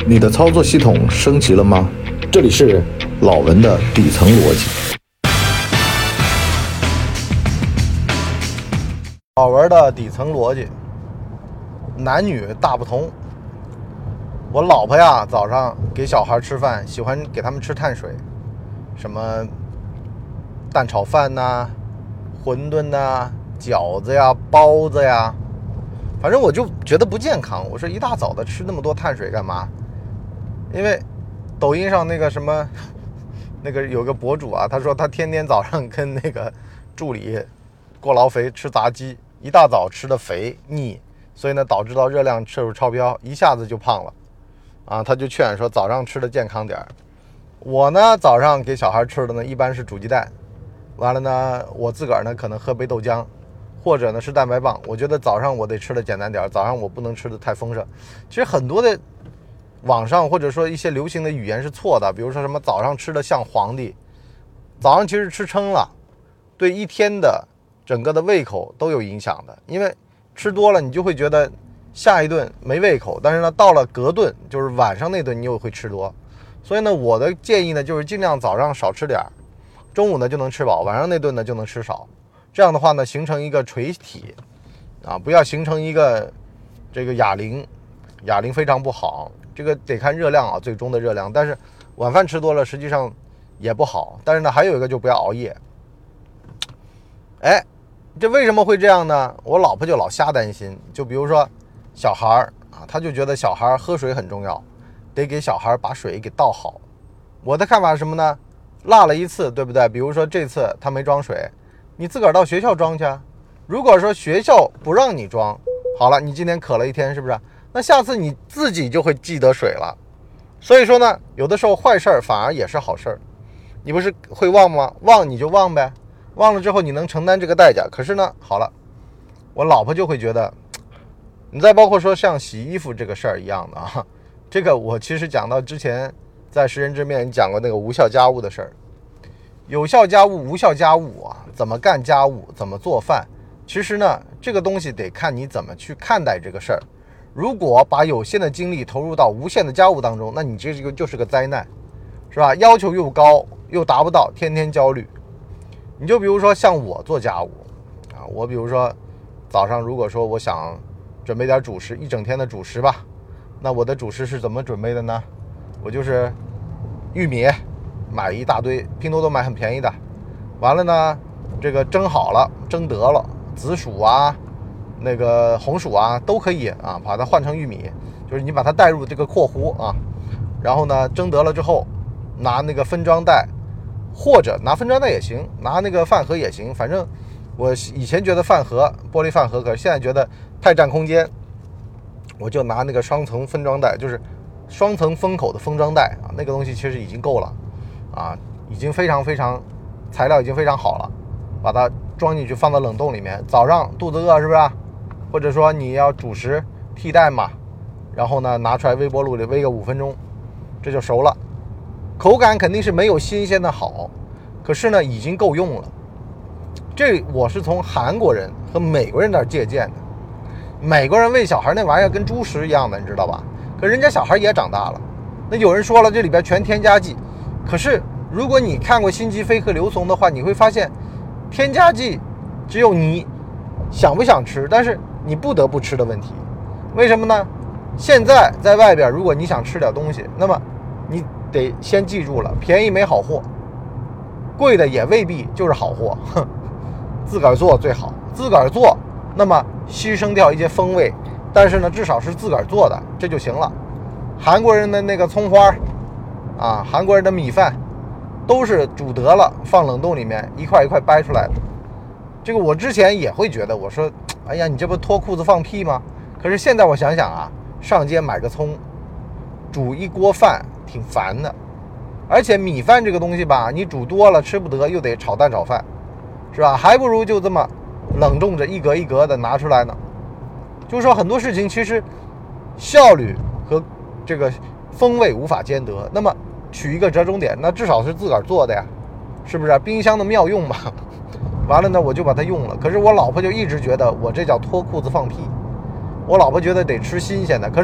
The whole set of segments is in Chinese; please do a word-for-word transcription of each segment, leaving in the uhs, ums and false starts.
你的操作系统升级了吗？这里是老文的底层逻辑。 老文的底层逻辑，男女大不同。我老婆呀，早上给小孩吃饭，喜欢给他们吃碳水，什么蛋炒饭呐、啊、馄饨呐、啊、饺子呀、包子呀，反正我就觉得不健康。我说一大早的吃那么多碳水干嘛？因为抖音上那个什么，那个有个博主啊，他说他天天早上跟那个助理过劳肥吃炸鸡，一大早吃的肥腻，所以呢导致到热量摄入超标，一下子就胖了啊。他就劝说早上吃的健康点。我呢早上给小孩吃的呢一般是煮鸡蛋，完了呢我自个儿呢可能喝杯豆浆，或者呢是蛋白棒。我觉得早上我得吃的简单点，早上我不能吃的太丰盛。其实很多的网上或者说一些流行的语言是错的，比如说什么早上吃的像皇帝，早上其实吃撑了，对一天的整个的胃口都有影响的。因为吃多了你就会觉得下一顿没胃口，但是呢到了隔顿，就是晚上那顿你又会吃多。所以呢我的建议呢就是尽量早上少吃点，中午呢就能吃饱，晚上那顿呢就能吃少。这样的话呢形成一个垂体啊，不要形成一个这个哑铃，哑铃非常不好。这个得看热量啊，最终的热量。但是晚饭吃多了实际上也不好。但是呢还有一个就不要熬夜。哎，这为什么会这样呢？我老婆就老瞎担心。就比如说小孩啊，她就觉得小孩喝水很重要，得给小孩把水给倒好。我的看法是什么呢？落了一次，对不对？比如说这次他没装水，你自个儿到学校装去啊。如果说学校不让你装，好了，你今天渴了一天，是不是？那下次你自己就会记得水了。所以说呢，有的时候坏事儿反而也是好事儿。你不是会忘吗？忘你就忘呗，忘了之后你能承担这个代价。可是呢，好了，我老婆就会觉得，你再包括说像洗衣服这个事儿一样的啊，这个我其实讲到之前在识人之面讲过那个无效家务的事儿。有效家务、无效家务啊，怎么干家务，怎么做饭，其实呢，这个东西得看你怎么去看待这个事儿。如果把有限的精力投入到无限的家务当中，那你这个就是个灾难，是吧？要求又高又达不到，天天焦虑。你就比如说像我做家务啊，我比如说早上如果说我想准备点主食，一整天的主食吧，那我的主食是怎么准备的呢？我就是玉米买一大堆，拼多多买很便宜的，完了呢这个蒸好了，蒸得了，紫薯啊那个红薯啊都可以啊，把它换成玉米，就是你把它带入这个括弧啊，然后呢蒸得了之后拿那个分装袋，或者拿分装袋也行，拿那个饭盒也行。反正我以前觉得饭盒玻璃饭盒，可是现在觉得太占空间，我就拿那个双层分装袋，就是双层封口的封装袋啊，那个东西其实已经够了啊，已经非常非常材料已经非常好了，把它装进去放到冷冻里面。早上肚子饿是不是？或者说你要主食替代嘛，然后呢拿出来微波炉里煨个五分钟，这就熟了。口感肯定是没有新鲜的好，可是呢已经够用了。这我是从韩国人和美国人那儿借鉴的。美国人喂小孩那玩意儿跟猪食一样的，你知道吧？可人家小孩也长大了。那有人说了这里边全添加剂，可是如果你看过《心机飞客刘松》的话，你会发现添加剂只有你想不想吃，但是你不得不吃的问题。为什么呢？现在在外边如果你想吃点东西，那么你得先记住了，便宜没好货，贵的也未必就是好货。哼，自个儿做最好，自个儿做那么牺牲掉一些风味，但是呢至少是自个儿做的，这就行了。韩国人的那个葱花啊，韩国人的米饭都是煮得了放冷冻里面一块一块掰出来的。这个我之前也会觉得，我说哎呀你这不脱裤子放屁吗？可是现在我想想啊，上街买个葱煮一锅饭挺烦的。而且米饭这个东西吧，你煮多了吃不得，又得炒蛋炒饭，是吧？还不如就这么冷冻着一格一格的拿出来呢。就是说很多事情其实效率和这个风味无法兼得，那么取一个折中点，那至少是自个儿做的呀，是不是？冰箱的妙用嘛。完了呢我就把它用了。可是我老婆就一直觉得我这叫脱裤子放屁，我老婆觉得得吃新鲜的。可是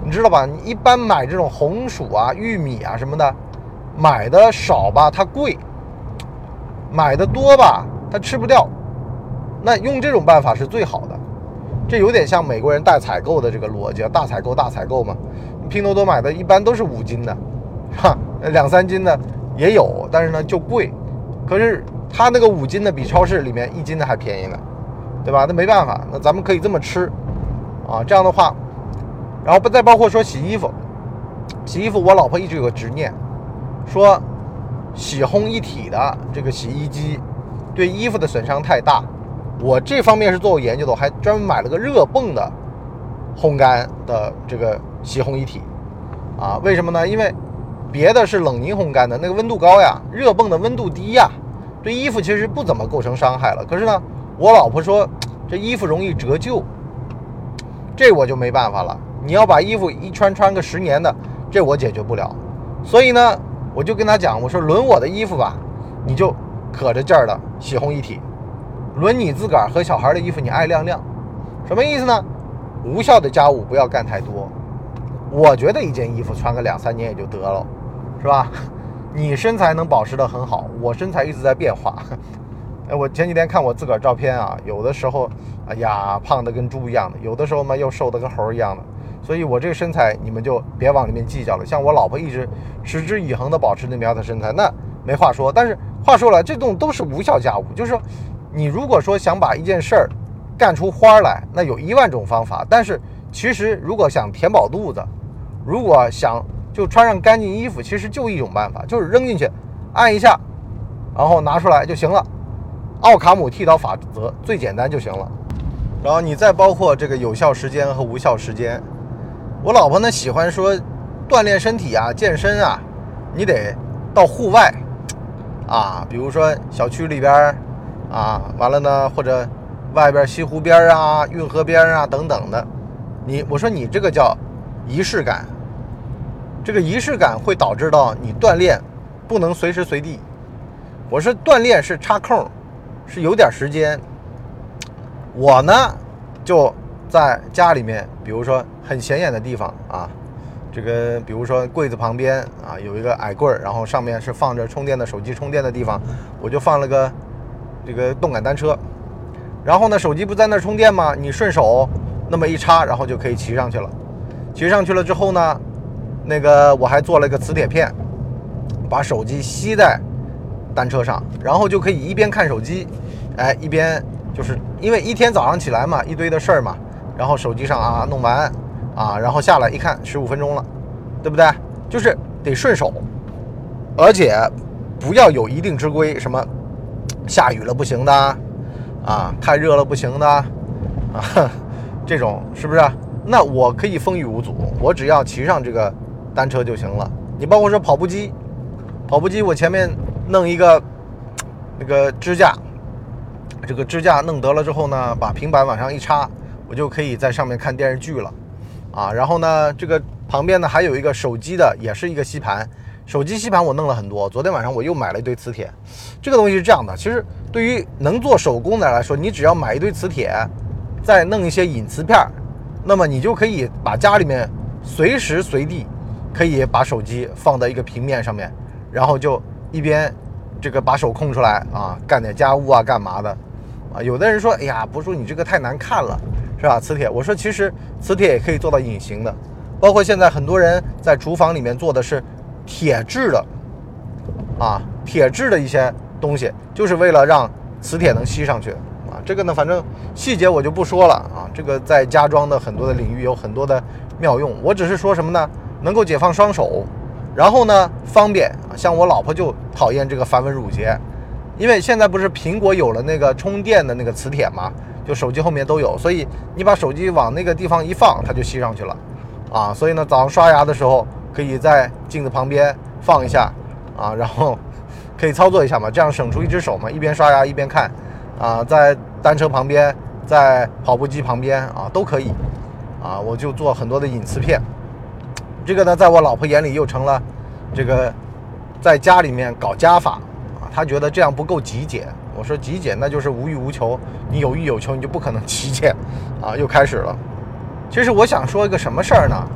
你知道吧？你一般买这种红薯啊、玉米啊什么的，买的少吧，它贵；买的多吧，它吃不掉。那用这种办法是最好的。这有点像美国人大采购的这个逻辑，大采购大采购嘛。拼多多买的一般都是五斤的，哈，两三斤的也有，但是呢就贵。可是它那个五斤的比超市里面一斤的还便宜呢，对吧？那没办法，那咱们可以这么吃啊。这样的话，然后再包括说洗衣服，洗衣服我老婆一直有个执念，说洗烘一体的这个洗衣机对衣服的损伤太大。我这方面是做过研究的，我还专门买了个热泵的烘干的这个洗烘一体啊。为什么呢？因为别的是冷凝烘干的，那个温度高呀，热泵的温度低呀，对衣服其实不怎么构成伤害了。可是呢，我老婆说这衣服容易折旧，这我就没办法了。你要把衣服一穿穿个十年的，这我解决不了。所以呢，我就跟她讲，我说轮我的衣服吧，你就可着劲儿的洗烘一体。轮你自个儿和小孩的衣服，你爱晾晾。什么意思呢？无效的家务不要干太多。我觉得一件衣服穿个两三年也就得了，是吧？你身材能保持得很好，我身材一直在变化。哎，我前几天看我自个儿照片啊，有的时候，哎呀，胖得跟猪一样的，有的时候嘛又瘦得跟猴一样的。所以我这个身材你们就别往里面计较了。像我老婆一直持之以恒地保持那苗条身材，那没话说。但是话说了，这种都是无效家务，就是说你如果说想把一件事儿干出花来，那有一万种方法。但是其实如果想填饱肚子，如果想就穿上干净衣服，其实就一种办法，就是扔进去按一下，然后拿出来就行了。奥卡姆剃刀法则最简单就行了。然后你再包括这个有效时间和无效时间。我老婆呢喜欢说锻炼身体啊，健身啊，你得到户外啊，比如说小区里边啊，完了呢，或者外边西湖边啊、运河边啊等等的。你我说你这个叫仪式感，这个仪式感会导致到你锻炼不能随时随地。我说锻炼是插空，是有点时间。我呢就在家里面，比如说很显眼的地方啊，这个比如说柜子旁边啊有一个矮柜，然后上面是放着充电的手机充电的地方，我就放了个这个动感单车。然后呢，手机不在那充电吗？你顺手那么一插，然后就可以骑上去了。骑上去了之后呢，那个我还做了一个磁铁片，把手机吸在单车上，然后就可以一边看手机，哎，一边就是因为一天早上起来嘛，一堆的事儿嘛，然后手机上啊弄完啊，然后下来一看十五分钟了，对不对？就是得顺手，而且不要有一定之规，什么下雨了不行的啊，太热了不行的啊，这种是不是？那我可以风雨无阻，我只要骑上这个单车就行了。你包括说跑步机，跑步机我前面弄一个那个支架，这个支架弄得了之后呢，把平板往上一插，我就可以在上面看电视剧了啊。然后呢，这个旁边呢还有一个手机的，也是一个吸盘，手机吸盘我弄了很多。昨天晚上我又买了一堆磁铁。这个东西是这样的，其实对于能做手工的来说，你只要买一堆磁铁，再弄一些引磁片，那么你就可以把家里面随时随地可以把手机放在一个平面上面，然后就一边这个把手空出来啊，干点家务啊，干嘛的啊？有的人说，哎呀，不是说你这个太难看了，是吧？磁铁，我说其实磁铁也可以做到隐形的，包括现在很多人在厨房里面做的是铁质的啊，铁质的一些东西，就是为了让磁铁能吸上去啊。这个呢，反正细节我就不说了啊。这个在家装的很多的领域有很多的妙用，我只是说什么呢？能够解放双手，然后呢方便。像我老婆就讨厌这个繁文缛节，因为现在不是苹果有了那个充电的那个磁铁嘛，就手机后面都有，所以你把手机往那个地方一放，它就吸上去了啊。所以呢，早上刷牙的时候可以在镜子旁边放一下啊，然后可以操作一下嘛，这样省出一只手嘛，一边刷牙一边看啊，在单车旁边，在跑步机旁边啊都可以啊。我就做很多的引磁片，这个呢在我老婆眼里又成了这个在家里面搞加法啊，她觉得这样不够极简。我说极简那就是无欲无求，你有欲有求你就不可能极简啊。又开始了。其实我想说一个什么事儿呢？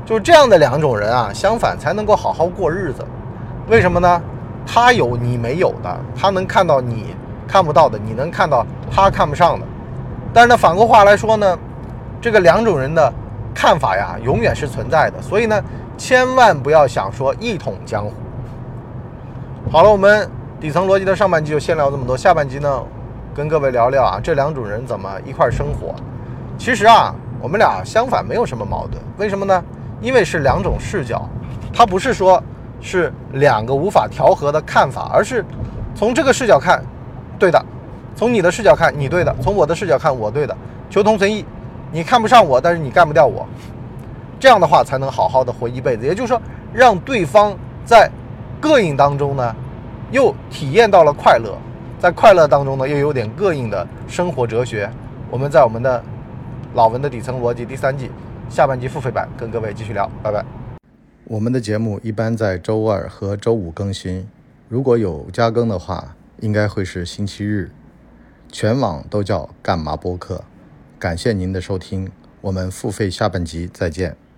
就是这样的两种人啊，相反才能够好好过日子。为什么呢？他有你没有的，他能看到你看不到的，你能看到他看不上的。但是呢，反过话来说呢，这个两种人的看法呀，永远是存在的。所以呢，千万不要想说一统江湖。好了，我们底层逻辑的上半集就先聊这么多，下半集呢，跟各位聊聊啊，这两种人怎么一块生活。其实啊，我们俩相反没有什么矛盾，为什么呢？因为是两种视角，它不是说是两个无法调和的看法，而是从这个视角看对的，从你的视角看你对的，从我的视角看我对的，求同存异。你看不上我，但是你干不掉我，这样的话才能好好的活一辈子。也就是说，让对方在膈应当中呢，又体验到了快乐，在快乐当中呢，又有点膈应的生活哲学。我们在我们的老文的底层逻辑第三季下半集付费版跟各位继续聊，拜拜。我们的节目一般在周二和周五更新，如果有加更的话，应该会是星期日。全网都叫干嘛播客。感谢您的收听，我们付费下半集再见。